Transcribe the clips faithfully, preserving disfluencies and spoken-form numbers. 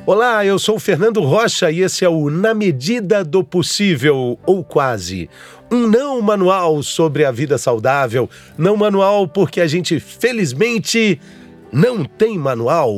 Olá, eu sou o Fernando Rocha e esse é o Na Medida do Possível, ou quase. Um não manual sobre a vida saudável. Não manual porque a gente, felizmente, não tem manual.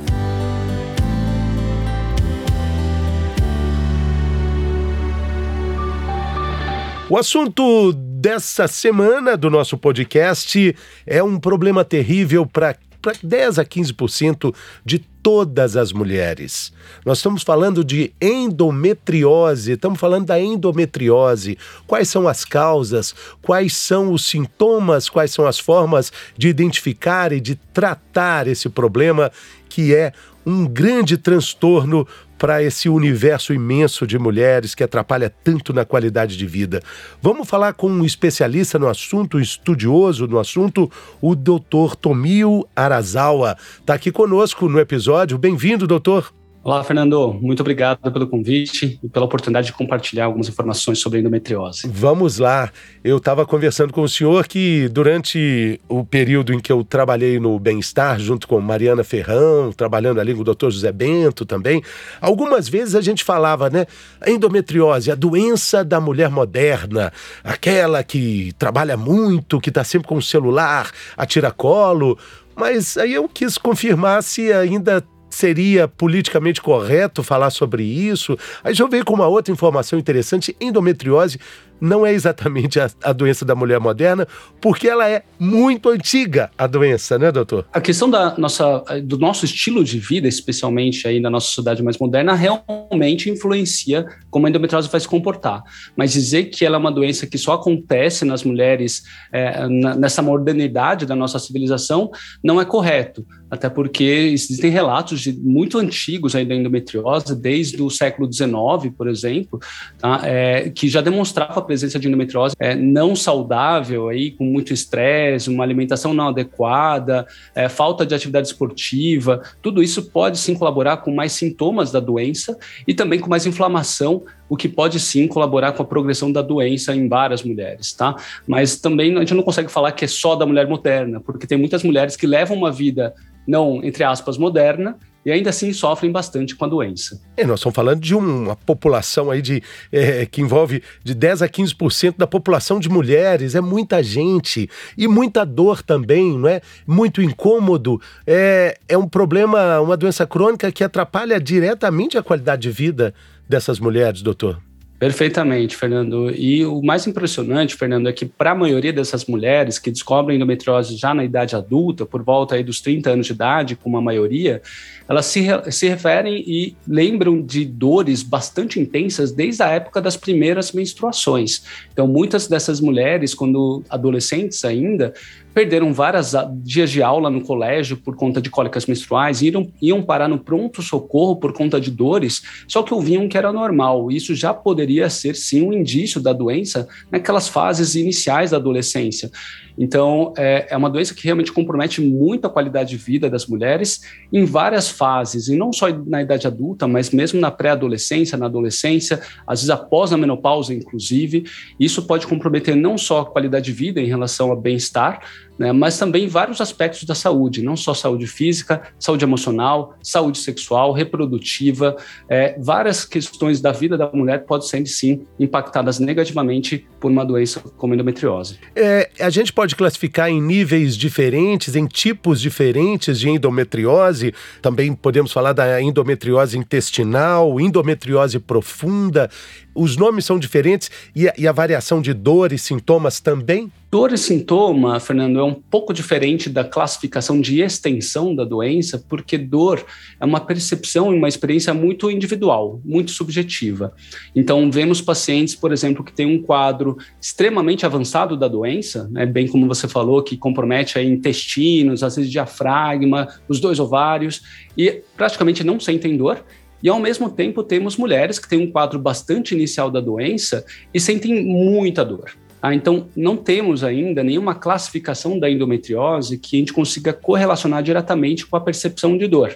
O assunto dessa semana do nosso podcast é um problema terrível para para dez a quinze por cento de todas as mulheres. Nós estamos falando de endometriose, estamos falando da endometriose. Quais são as causas, quais são os sintomas, quais são as formas de identificar e de tratar esse problema que é um grande transtorno para esse universo imenso de mulheres que atrapalha tanto na qualidade de vida. Vamos falar com um especialista no assunto, um estudioso no assunto, o doutor Tomio Arazawa. Está aqui conosco no episódio. Bem-vindo, doutor. Olá, Fernando. Muito obrigado pelo convite e pela oportunidade de compartilhar algumas informações sobre a endometriose. Vamos lá. Eu estava conversando com o senhor que durante o período em que eu trabalhei no Bem-Estar, junto com Mariana Ferrão, trabalhando ali com o doutor José Bento também, algumas vezes a gente falava, né? A endometriose, a doença da mulher moderna, aquela que trabalha muito, que está sempre com o celular, a tiracolo. Mas aí eu quis confirmar se ainda seria politicamente correto falar sobre isso. Aí já veio com uma outra informação interessante. Endometriose não é exatamente a, a doença da mulher moderna, porque ela é muito antiga, a doença, né, doutor? A questão da nossa, do nosso estilo de vida, especialmente aí na nossa sociedade mais moderna, realmente influencia como a endometriose vai se comportar. Mas dizer que ela é uma doença que só acontece nas mulheres é, na, nessa modernidade da nossa civilização não é correto. Até porque existem relatos de, muito antigos aí da endometriose, desde o século dezenove, por exemplo, tá? é, que já demonstrava a presença de endometriose é, não saudável, aí, com muito estresse, uma alimentação não adequada, é, falta de atividade esportiva. Tudo isso pode sim colaborar com mais sintomas da doença e também com mais inflamação, o que pode sim colaborar com a progressão da doença em várias mulheres, tá? Mas também a gente não consegue falar que é só da mulher moderna, porque tem muitas mulheres que levam uma vida não, entre aspas, moderna, e ainda assim sofrem bastante com a doença. É, nós estamos falando de uma população aí de, é, que envolve de dez a quinze por cento da população de mulheres, é muita gente, e muita dor também, não é? Muito incômodo, é, é um problema, uma doença crônica que atrapalha diretamente a qualidade de vida dessas mulheres, doutor. Perfeitamente, Fernando. E o mais impressionante, Fernando, é que para a maioria dessas mulheres que descobrem endometriose já na idade adulta, por volta aí dos trinta anos de idade, como a maioria, elas se, se referem e lembram de dores bastante intensas desde a época das primeiras menstruações. Então, muitas dessas mulheres, quando adolescentes ainda, perderam vários dias de aula no colégio por conta de cólicas menstruais, iam, iam parar no pronto-socorro por conta de dores, só que ouviam que era normal. Isso já poderia ser, sim, um indício da doença naquelas fases iniciais da adolescência. Então, é, é uma doença que realmente compromete muito a qualidade de vida das mulheres em várias fases, e não só na idade adulta, mas mesmo na pré-adolescência, na adolescência, às vezes após a menopausa, inclusive. Isso pode comprometer não só a qualidade de vida em relação ao bem-estar, né, mas também vários aspectos da saúde, não só saúde física, saúde emocional, saúde sexual, reprodutiva, é, várias questões da vida da mulher podem ser, sim, impactadas negativamente por uma doença como a endometriose. É, a gente pode classificar em níveis diferentes, em tipos diferentes de endometriose. Também podemos falar da endometriose intestinal, endometriose profunda. Os nomes são diferentes e a, e a variação de dor e sintomas também? Dor e sintoma, Fernando, é um pouco diferente da classificação de extensão da doença, porque dor é uma percepção e uma experiência muito individual, muito subjetiva. Então, vemos pacientes, por exemplo, que têm um quadro extremamente avançado da doença, né, bem como você falou, que compromete aí intestinos, às vezes diafragma, os dois ovários, e praticamente não sentem dor. E, ao mesmo tempo, temos mulheres que têm um quadro bastante inicial da doença e sentem muita dor. Ah, então, não temos ainda nenhuma classificação da endometriose que a gente consiga correlacionar diretamente com a percepção de dor.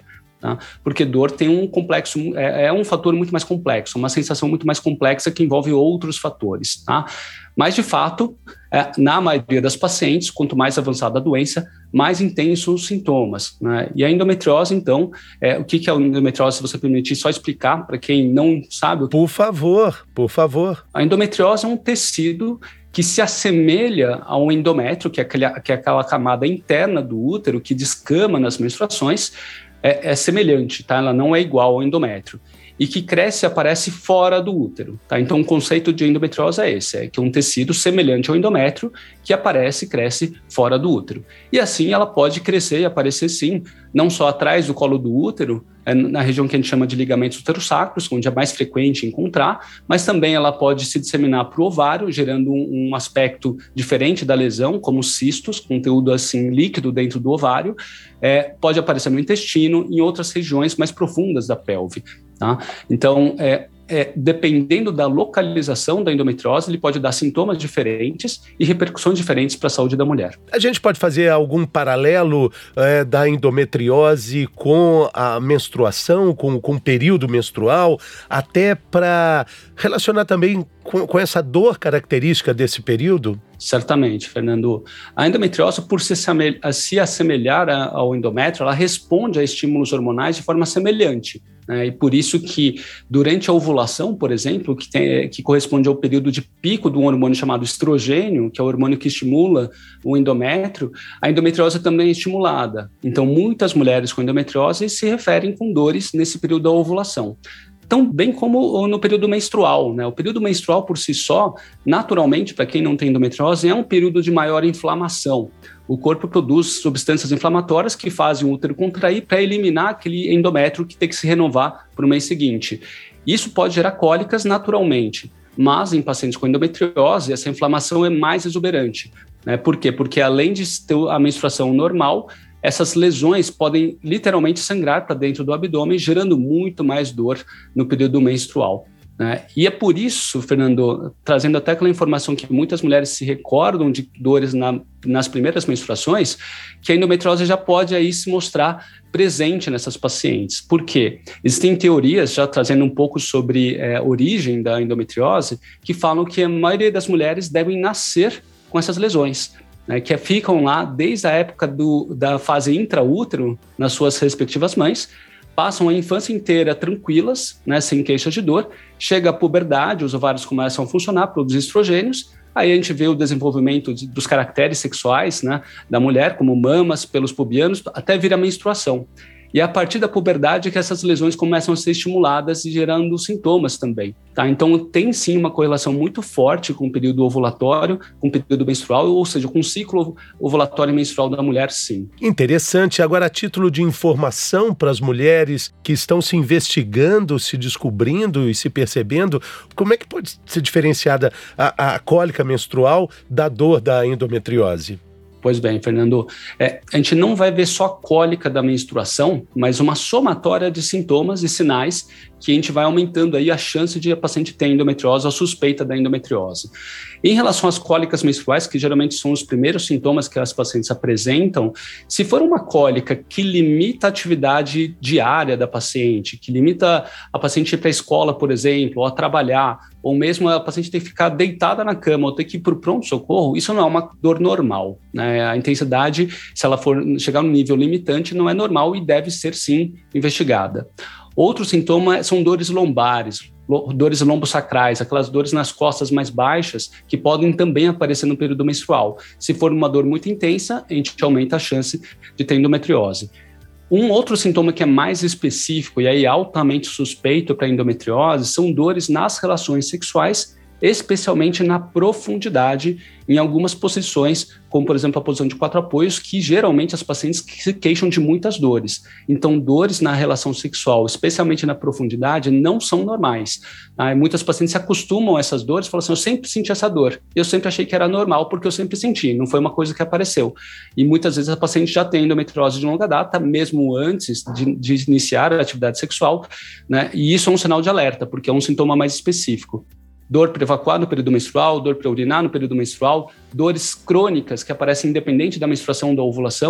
tá? Porque dor tem um complexo, é, é um fator muito mais complexo, uma sensação muito mais complexa que envolve outros fatores, tá? Mas, de fato, é, na maioria das pacientes, quanto mais avançada a doença, mais intensos os sintomas, né? E a endometriose, então, é, o que, que é a endometriose, se você permitir só explicar para quem não sabe? Por favor, por favor. A endometriose é um tecido que se assemelha ao endométrio, que é, aquela, que é aquela camada interna do útero que descama nas menstruações, é, é semelhante, tá? Ela não é igual ao endométrio. E que cresce e aparece fora do útero, tá? Então, o conceito de endometriose é esse, é que é um tecido semelhante ao endométrio que aparece e cresce fora do útero. E assim ela pode crescer e aparecer, sim, não só atrás do colo do útero, é na região que a gente chama de ligamentos uterosacros, onde é mais frequente encontrar, mas também ela pode se disseminar para o ovário, gerando um, um aspecto diferente da lesão, como cistos, conteúdo assim líquido dentro do ovário, é, pode aparecer no intestino, em outras regiões mais profundas da pelve. Tá? Então, é, é, dependendo da localização da endometriose, ele pode dar sintomas diferentes e repercussões diferentes para a saúde da mulher. A gente pode fazer algum paralelo é, da endometriose com a menstruação, com, com o período menstrual, até para relacionar também com, com essa dor característica desse período? Certamente, Fernando. A endometriose, por se, se assemelhar ao endométrio, ela responde a estímulos hormonais de forma semelhante. Né? E por isso que, durante a ovulação, por exemplo, que, tem, que corresponde ao período de pico de um hormônio chamado estrogênio, que é o hormônio que estimula o endométrio, a endometriose também é estimulada. Então, muitas mulheres com endometriose se referem com dores nesse período da ovulação. Tão bem como no período menstrual, né? O período menstrual por si só, naturalmente, para quem não tem endometriose, é um período de maior inflamação. O corpo produz substâncias inflamatórias que fazem o útero contrair para eliminar aquele endométrio que tem que se renovar para o mês seguinte. Isso pode gerar cólicas naturalmente, mas em pacientes com endometriose, essa inflamação é mais exuberante. Né? Por quê? Porque além de ter a menstruação normal, essas lesões podem literalmente sangrar para dentro do abdômen, gerando muito mais dor no período menstrual. Né? E é por isso, Fernando, trazendo até aquela informação que muitas mulheres se recordam de dores na, nas primeiras menstruações, que a endometriose já pode aí se mostrar presente nessas pacientes. Por quê? Existem teorias, já trazendo um pouco sobre é, a origem da endometriose, que falam que a maioria das mulheres devem nascer com essas lesões. Né, que ficam lá desde a época do, da fase intraútero, nas suas respectivas mães, passam a infância inteira tranquilas, né, sem queixas de dor, chega a puberdade, os ovários começam a funcionar, produzir estrogênios, aí a gente vê o desenvolvimento de, dos caracteres sexuais, né, da mulher, como mamas, pelos pubianos, até vir a menstruação. E é a partir da puberdade que essas lesões começam a ser estimuladas e gerando sintomas também. Tá? Então, tem sim uma correlação muito forte com o período ovulatório, com o período menstrual, ou seja, com o ciclo ovulatório e menstrual da mulher, sim. Interessante. Agora, a título de informação para as mulheres que estão se investigando, se descobrindo e se percebendo, como é que pode ser diferenciada a, a cólica menstrual da dor da endometriose? Pois bem, Fernando, é, a gente não vai ver só a cólica da menstruação, mas uma somatória de sintomas e sinais que a gente vai aumentando aí a chance de a paciente ter endometriose ou suspeita da endometriose. Em relação às cólicas menstruais, que geralmente são os primeiros sintomas que as pacientes apresentam, se for uma cólica que limita a atividade diária da paciente, que limita a paciente ir para a escola, por exemplo, ou a trabalhar, ou mesmo a paciente ter que ficar deitada na cama ou ter que ir para o pronto-socorro, isso não é uma dor normal. Né? A intensidade, se ela for chegar no nível limitante, não é normal e deve ser, sim, investigada. Outro sintoma são dores lombares, dores lombosacrais, aquelas dores nas costas mais baixas que podem também aparecer no período menstrual. Se for uma dor muito intensa, a gente aumenta a chance de ter endometriose. Um outro sintoma que é mais específico e aí altamente suspeito para endometriose são dores nas relações sexuais, especialmente na profundidade, em algumas posições, como por exemplo a posição de quatro apoios, que geralmente as pacientes se queixam de muitas dores. Então, dores na relação sexual, especialmente na profundidade, não são normais. Ah, muitas pacientes se acostumam a essas dores e falam assim, eu sempre senti essa dor, eu sempre achei que era normal porque eu sempre senti, não foi uma coisa que apareceu. E muitas vezes a paciente já tem endometriose de longa data, mesmo antes de, de iniciar a atividade sexual, né? E isso é um sinal de alerta, porque é um sintoma mais específico. Dor para evacuar no período menstrual, dor para urinar no período menstrual, dores crônicas que aparecem independente da menstruação ou da ovulação,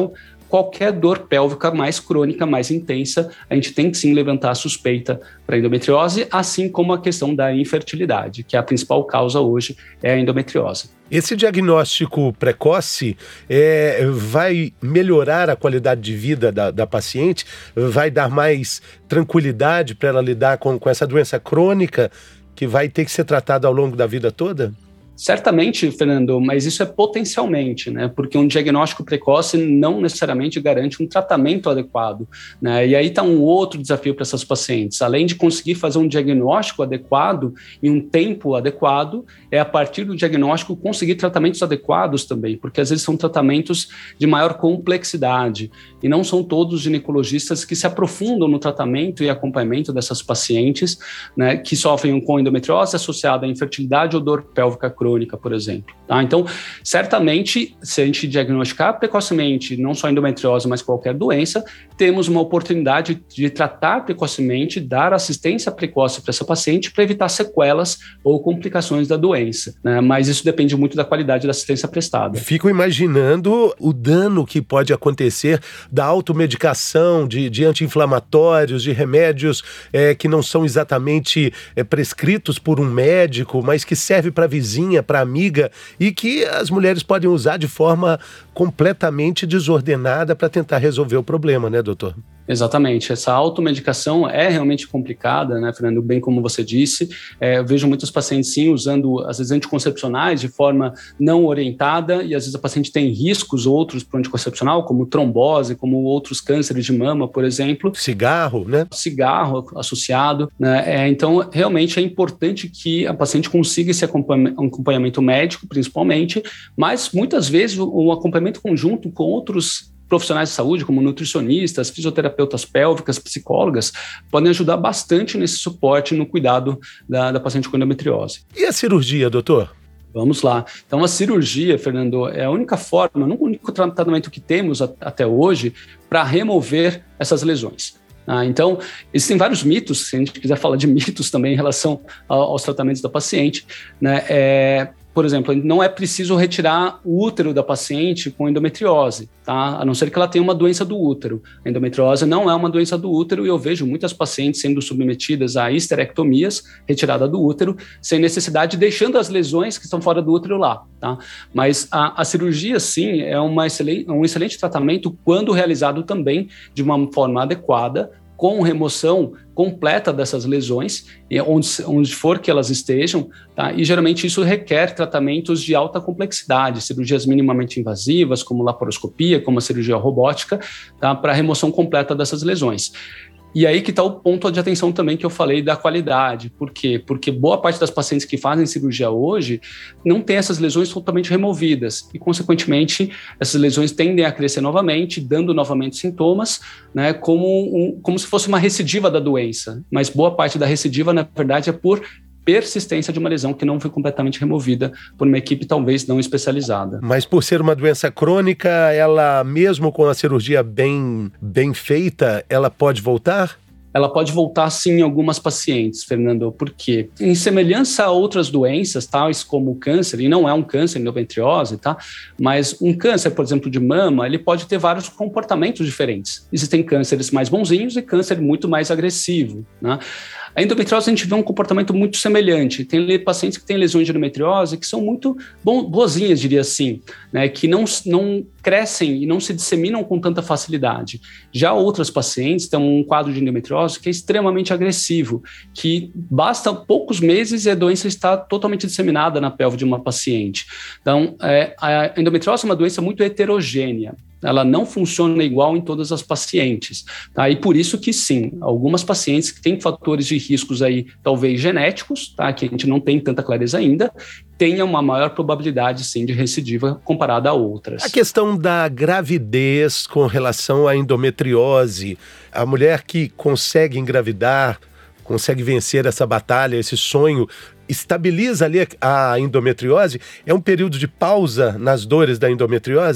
qualquer dor pélvica mais crônica, mais intensa, a gente tem que sim levantar a suspeita para endometriose, assim como a questão da infertilidade, que é a principal causa hoje é a endometriose. Esse diagnóstico precoce é, vai melhorar a qualidade de vida da, da paciente, vai dar mais tranquilidade para ela lidar com, com essa doença crônica que vai ter que ser tratada ao longo da vida toda? Certamente, Fernando, mas isso é potencialmente, né? Porque um diagnóstico precoce não necessariamente garante um tratamento adequado, né? E aí está um outro desafio para essas pacientes. Além de conseguir fazer um diagnóstico adequado em um tempo adequado, é a partir do diagnóstico conseguir tratamentos adequados também, porque às vezes são tratamentos de maior complexidade e não são todos ginecologistas que se aprofundam no tratamento e acompanhamento dessas pacientes, né, que sofrem com endometriose associada à infertilidade ou dor pélvica crônica. crônica, por exemplo. Tá? Então, certamente, se a gente diagnosticar precocemente, não só endometriose, mas qualquer doença, temos uma oportunidade de tratar precocemente, dar assistência precoce para essa paciente para evitar sequelas ou complicações da doença, né? Mas isso depende muito da qualidade da assistência prestada. Fico imaginando o dano que pode acontecer da automedicação, de, de anti-inflamatórios, de remédios é, que não são exatamente é, prescritos por um médico, mas que serve para a vizinha, para amiga, e que as mulheres podem usar de forma completamente desordenada para tentar resolver o problema, né, doutor? Exatamente, essa automedicação é realmente complicada, né, Fernando, bem como você disse. É, eu vejo muitos pacientes sim usando às vezes anticoncepcionais de forma não orientada e às vezes a paciente tem riscos outros para o anticoncepcional, como trombose, como outros cânceres de mama, por exemplo. Cigarro, né? Cigarro associado, né? É, então realmente é importante que a paciente consiga esse acompanhamento médico, principalmente, mas muitas vezes o acompanhamento conjunto com outros profissionais de saúde, como nutricionistas, fisioterapeutas pélvicas, psicólogas, podem ajudar bastante nesse suporte no cuidado da, da paciente com endometriose. E a cirurgia, doutor? Vamos lá. Então, a cirurgia, Fernando, é a única forma, o único tratamento que temos a, até hoje para remover essas lesões. Ah, então, existem vários mitos, se a gente quiser falar de mitos também em relação a, aos tratamentos da paciente, né? É, por exemplo, não é preciso retirar o útero da paciente com endometriose, tá? A não ser que ela tenha uma doença do útero. A endometriose não é uma doença do útero e eu vejo muitas pacientes sendo submetidas a histerectomias, retirada do útero, sem necessidade, deixando as lesões que estão fora do útero lá, tá? Mas a, a cirurgia, sim, é uma excelente, um excelente tratamento quando realizado também de uma forma adequada, com remoção completa dessas lesões, onde, onde for que elas estejam, tá? E geralmente isso requer tratamentos de alta complexidade, cirurgias minimamente invasivas, como laparoscopia, como a cirurgia robótica, tá? Para remoção completa dessas lesões. E aí que está o ponto de atenção também que eu falei da qualidade. Por quê? Porque boa parte das pacientes que fazem cirurgia hoje não tem essas lesões totalmente removidas e, consequentemente, essas lesões tendem a crescer novamente, dando novamente sintomas, né, como, um, como se fosse uma recidiva da doença. Mas boa parte da recidiva, na verdade, é por persistência de uma lesão que não foi completamente removida por uma equipe talvez não especializada. Mas por ser uma doença crônica, ela, mesmo com a cirurgia bem, bem feita, ela pode voltar? Ela pode voltar sim em algumas pacientes, Fernando, porque em semelhança a outras doenças, tais como o câncer, e não é um câncer, endometriose, tá? Mas um câncer, por exemplo, de mama, ele pode ter vários comportamentos diferentes. Existem cânceres mais bonzinhos e câncer muito mais agressivo, né? A endometriose a gente vê um comportamento muito semelhante. Tem pacientes que têm lesões de endometriose que são muito boazinhas, diria assim, né? Que não, não crescem e não se disseminam com tanta facilidade. Já outras pacientes têm um quadro de endometriose que é extremamente agressivo, que basta poucos meses e a doença está totalmente disseminada na pelve de uma paciente. Então, é, a endometriose é uma doença muito heterogênea. Ela não funciona igual em todas as pacientes, tá? E por isso que sim, algumas pacientes que têm fatores de riscos aí, talvez genéticos, tá? Que a gente não tem tanta clareza ainda, tenha uma maior probabilidade, sim, de recidiva comparada a outras. A questão da gravidez com relação à endometriose, a mulher que consegue engravidar, consegue vencer essa batalha, esse sonho, estabiliza ali a endometriose, é um período de pausa nas dores da endometriose?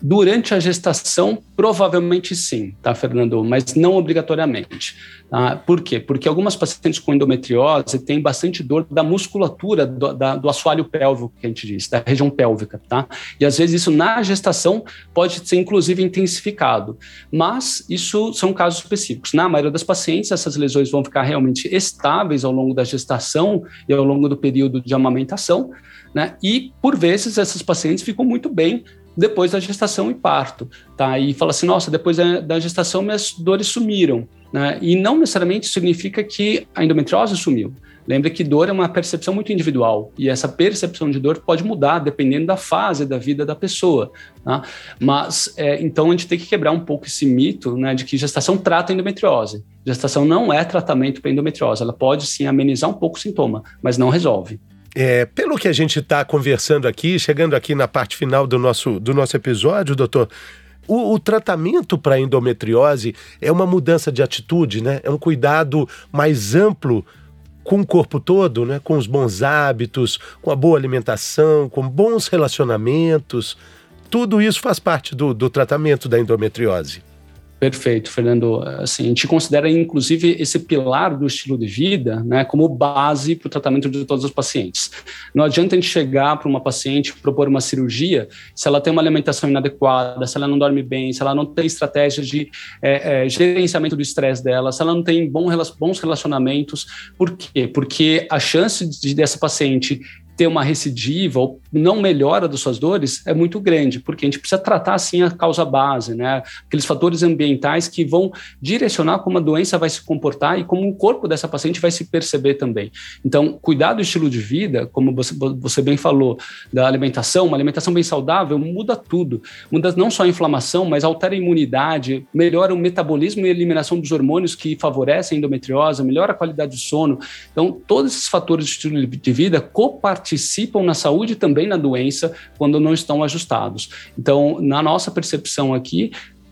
Durante a gestação, provavelmente sim, tá, Fernando? Mas não obrigatoriamente. Tá? Por quê? Porque algumas pacientes com endometriose têm bastante dor da musculatura do, da, do assoalho pélvico, que a gente diz, da região pélvica, tá? E às vezes isso na gestação pode ser inclusive intensificado. Mas isso são casos específicos. Na maioria das pacientes, essas lesões vão ficar realmente estáveis ao longo da gestação e ao longo do período de amamentação, né? E, por vezes, essas pacientes ficam muito bem depois da gestação e parto, tá? E fala assim, nossa, depois da, da gestação minhas dores sumiram, né? E não necessariamente significa que a endometriose sumiu. Lembra que dor é uma percepção muito individual e essa percepção de dor pode mudar dependendo da fase da vida da pessoa, tá? Mas, é, então, a gente tem que quebrar um pouco esse mito, né, de que gestação trata a endometriose. Gestação não é tratamento para endometriose, ela pode sim amenizar um pouco o sintoma, mas não resolve. É, pelo que a gente está conversando aqui, chegando aqui na parte final do nosso, do nosso episódio, doutor, o, o tratamento para endometriose é uma mudança de atitude, né? É um cuidado mais amplo com o corpo todo, né? Com os bons hábitos, com a boa alimentação, com bons relacionamentos. Tudo isso faz parte do, do tratamento da endometriose. Perfeito, Fernando. Assim, a gente considera, inclusive, esse pilar do estilo de vida, né, como base para o tratamento de todos os pacientes. Não adianta a gente chegar para uma paciente propor uma cirurgia se ela tem uma alimentação inadequada, se ela não dorme bem, se ela não tem estratégias de é, é, gerenciamento do estresse dela, se ela não tem bom, bons relacionamentos. Por quê? Porque a chance de, dessa paciente ter uma recidiva ou não melhora das suas dores é muito grande, porque a gente precisa tratar, assim, a causa base, né? Aqueles fatores ambientais que vão direcionar como a doença vai se comportar e como o corpo dessa paciente vai se perceber também. Então, cuidar do estilo de vida, como você, você bem falou, da alimentação, uma alimentação bem saudável muda tudo. Muda não só a inflamação, mas altera a imunidade, melhora o metabolismo e a eliminação dos hormônios que favorecem a endometriose, melhora a qualidade do sono. Então, todos esses fatores de estilo de vida compartilham participam na saúde e também na doença quando não estão ajustados. Então, na nossa percepção aqui,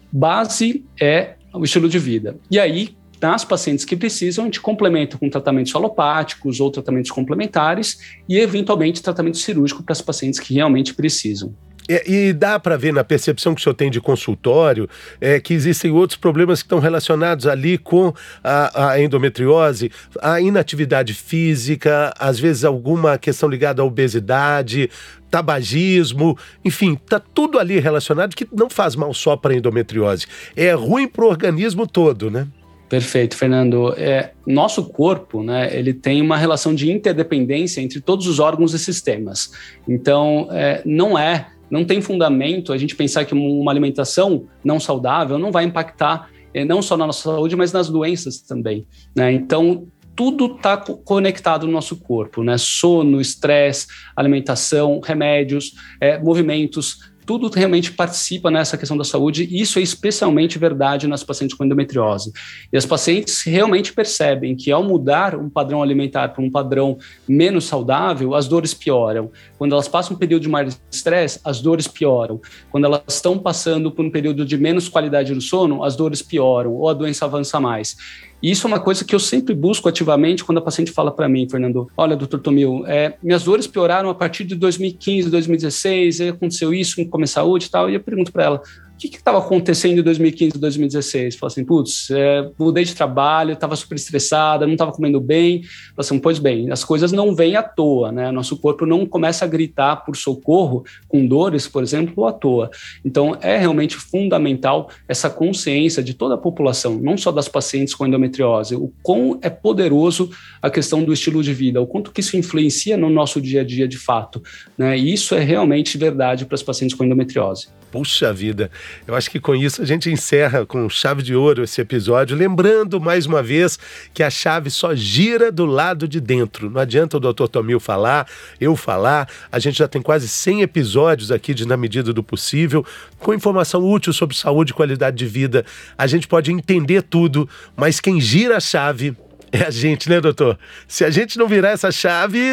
base é o estilo de vida. E aí, nas pacientes que precisam, a gente complementa com tratamentos alopáticos ou tratamentos complementares e, eventualmente, tratamento cirúrgico para as pacientes que realmente precisam. E, e dá para ver na percepção que o senhor tem de consultório é, que existem outros problemas que estão relacionados ali com a, a endometriose, a inatividade física, às vezes alguma questão ligada à obesidade, tabagismo, enfim, tá tudo ali relacionado que não faz mal só para a endometriose, é ruim para o organismo todo, né? Perfeito, Fernando. É, nosso corpo, né, ele tem uma relação de interdependência entre todos os órgãos e sistemas. Então, é, não é, não tem fundamento a gente pensar que uma alimentação não saudável não vai impactar é, não só na nossa saúde, mas nas doenças também, né? Então, tudo está conectado no nosso corpo, né? Sono, estresse, alimentação, remédios, é, movimentos, tudo realmente participa nessa questão da saúde, e isso é especialmente verdade nas pacientes com endometriose. E as pacientes realmente percebem que ao mudar um padrão alimentar para um padrão menos saudável, as dores pioram. Quando elas passam um período de mais estresse, as dores pioram. Quando elas estão passando por um período de menos qualidade do sono, as dores pioram ou a doença avança mais. E isso é uma coisa que eu sempre busco ativamente quando a paciente fala para mim, Fernando, olha, doutor Tomil, é, minhas dores pioraram a partir de dois mil e quinze, dois mil e dezesseis, aí aconteceu isso com Come Saúde e tal, e eu pergunto para ela, o que estava acontecendo em dois mil e quinze, dois mil e dezesseis? Fala assim, putz, é, mudei de trabalho, estava super estressada, não estava comendo bem. Fala assim, pois bem, as coisas não vêm à toa, né? Nosso corpo não começa a gritar por socorro com dores, por exemplo, à toa. Então, é realmente fundamental essa consciência de toda a população, não só das pacientes com endometriose, o quão é poderoso a questão do estilo de vida, o quanto que isso influencia no nosso dia a dia de fato, né? E isso é realmente verdade para as pacientes com endometriose. Puxa vida, eu acho que com isso a gente encerra com chave de ouro esse episódio, lembrando mais uma vez que a chave só gira do lado de dentro. Não adianta o doutor Tomil falar, eu falar, a gente já tem quase cem episódios aqui de Na Medida do Possível, com informação útil sobre saúde e qualidade de vida. A gente pode entender tudo, mas quem gira a chave é a gente, né, doutor? Se a gente não virar essa chave,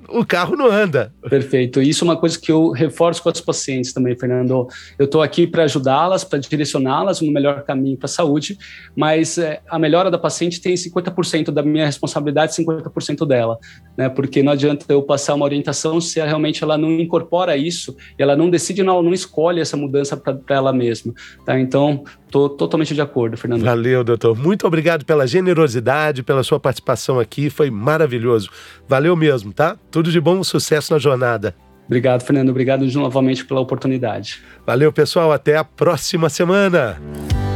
o carro não anda. Perfeito. Isso é uma coisa que eu reforço com as pacientes também, Fernando. Eu estou aqui para ajudá-las, para direcioná-las no melhor caminho para a saúde, mas é, a melhora da paciente tem cinquenta por cento da minha responsabilidade, cinquenta por cento dela, né? Porque não adianta eu passar uma orientação se realmente ela não incorpora isso, e ela não decide, não, não escolhe essa mudança para ela mesma, tá? Então, estou totalmente de acordo, Fernando. Valeu, doutor. Muito obrigado pela generosidade, pela sua participação aqui, foi maravilhoso. Valeu mesmo, tá? Tudo de bom, sucesso na jornada. Obrigado, Fernando. Obrigado novamente pela oportunidade. Valeu, pessoal. Até a próxima semana.